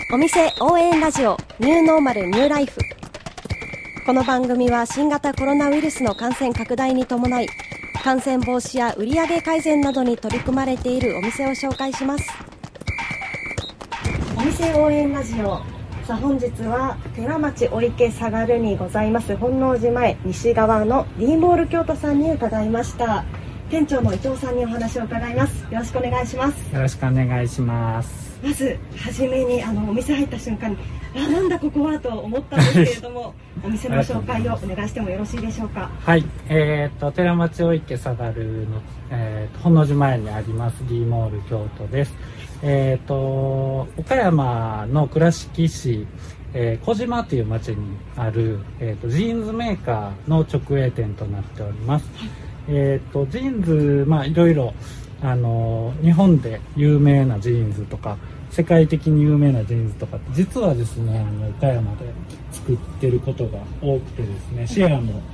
お店応援ラジオニューノーマルニューライフ。この番組は新型コロナウイルスの感染拡大に伴い、感染防止や売上改善などに取り組まれているお店を紹介します。お店応援ラジオ、さあ本日は寺町お池下がるにございます本能寺前西側の D モール京都さんに伺いました。店長の伊藤さんにお話を伺います。よろしくお願いします。 よろしくお願いします。 まずはじめにお店入った瞬間になんだここはと思ったんですけれどもお店の紹介をお願いしてもよろしいでしょうか。 はい、寺町お池下がるの、本能寺前にあります D モール京都です。岡山の倉敷市、小島という町にある、ジーンズメーカーの直営店となっております。ジーンズ、いろいろ日本で有名なジーンズとか世界的に有名なジーンズとかって実はですね岡山で作ってることが多くてですね、シェアも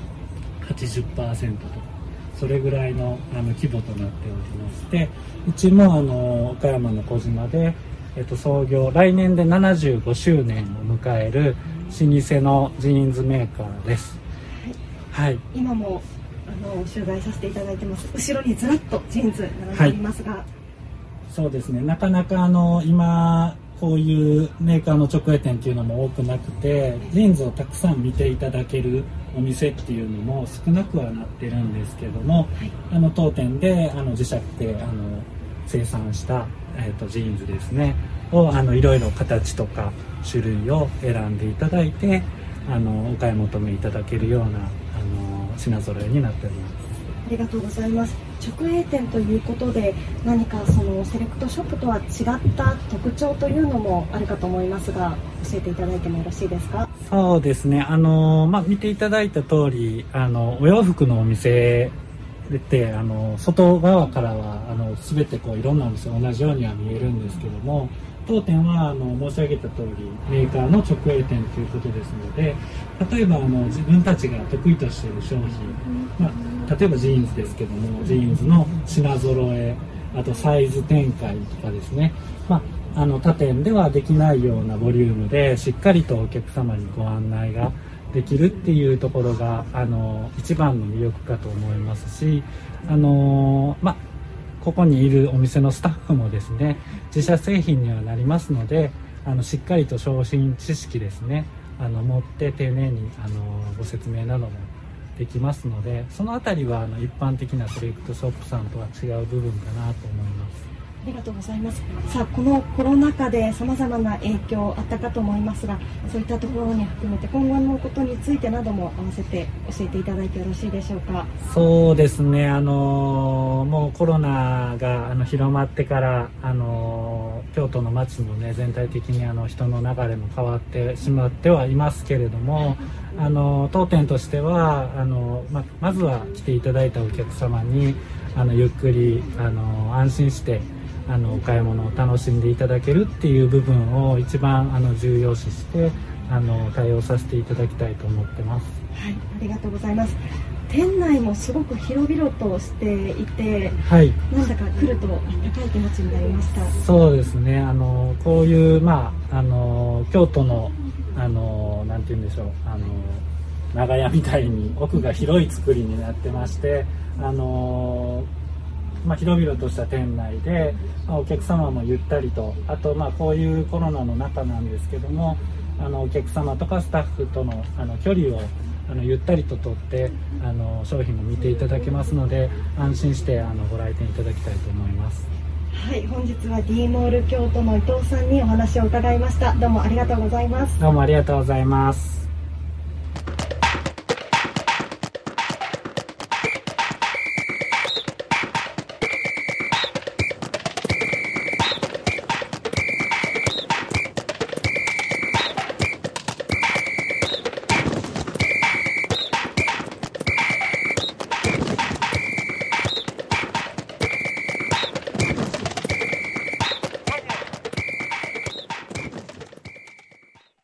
80% とかそれぐらいの規模となっておりまして、うちも岡山の小島で、創業来年で75周年を迎える老舗のジーンズメーカーです。はい、 今も取材させていただいてます。後ろにずらっとジーンズ並んでおりますが、はい、 そうですね、なかなか今こういうメーカーの直営店っていうのも多くなくて、ジーンズをたくさん見ていただけるお店っていうのも少なくはなってるんですけども、はい、当店で自社で生産した、ジーンズですねをいろいろ形とか種類を選んでいただいてお買い求めいただけるような品揃えになっております。 ありがとうございます。直営店ということで何かそのセレクトショップとは違った特徴というのもあるかと思いますが、教えていただいてもよろしいですか。 そうですね、見ていただいた通りお洋服のお店で外側からは全ていろんなお店同じようには見えるんですけども、当店は申し上げた通りメーカーの直営店ということですので、例えば自分たちが得意としている商品、例えばジーンズですけども、ジーンズの品揃え、あとサイズ展開とかですね、他店ではできないようなボリュームでしっかりとお客様にご案内ができるっていうところが一番の魅力かと思いますし、ここにいるお店のスタッフもですね自社製品にはなりますのでしっかりと商品知識ですね持って丁寧にご説明などもできますので、そのあたりは一般的なセレクトショップさんとは違う部分かなと思います。 ありがとうございます。さあこのコロナ禍でさまざまな影響あったかと思いますが、そういったところに含めて今後のことについてなども合わせて教えていただいてよろしいでしょうか。 そうですね、もうコロナが広まってから京都の街もね全体的に人の流れも変わってしまってはいますけれども、当店としてはまずは来ていただいたお客様にゆっくり安心してお買い物を楽しんでいただけるっていう部分を一番重要視して対応させていただきたいと思ってます。 はい、ありがとうございます。店内もすごく広々としていて、 はい、 なんだか来ると温かい気持ちになりました。 そうですね、こういう京都のなんて言うんでしょう長屋みたいに奥が広い作りになってまして、広々とした店内で、お客様もゆったりと、あとこういうコロナの中なんですけどもお客様とかスタッフとの距離をゆったりと取って商品を見ていただけますので、安心してご来店いただきたいと思います。 はい、本日は D モール京都の伊藤さんにお話を伺いました。どうもありがとうございます。 どうもありがとうございます。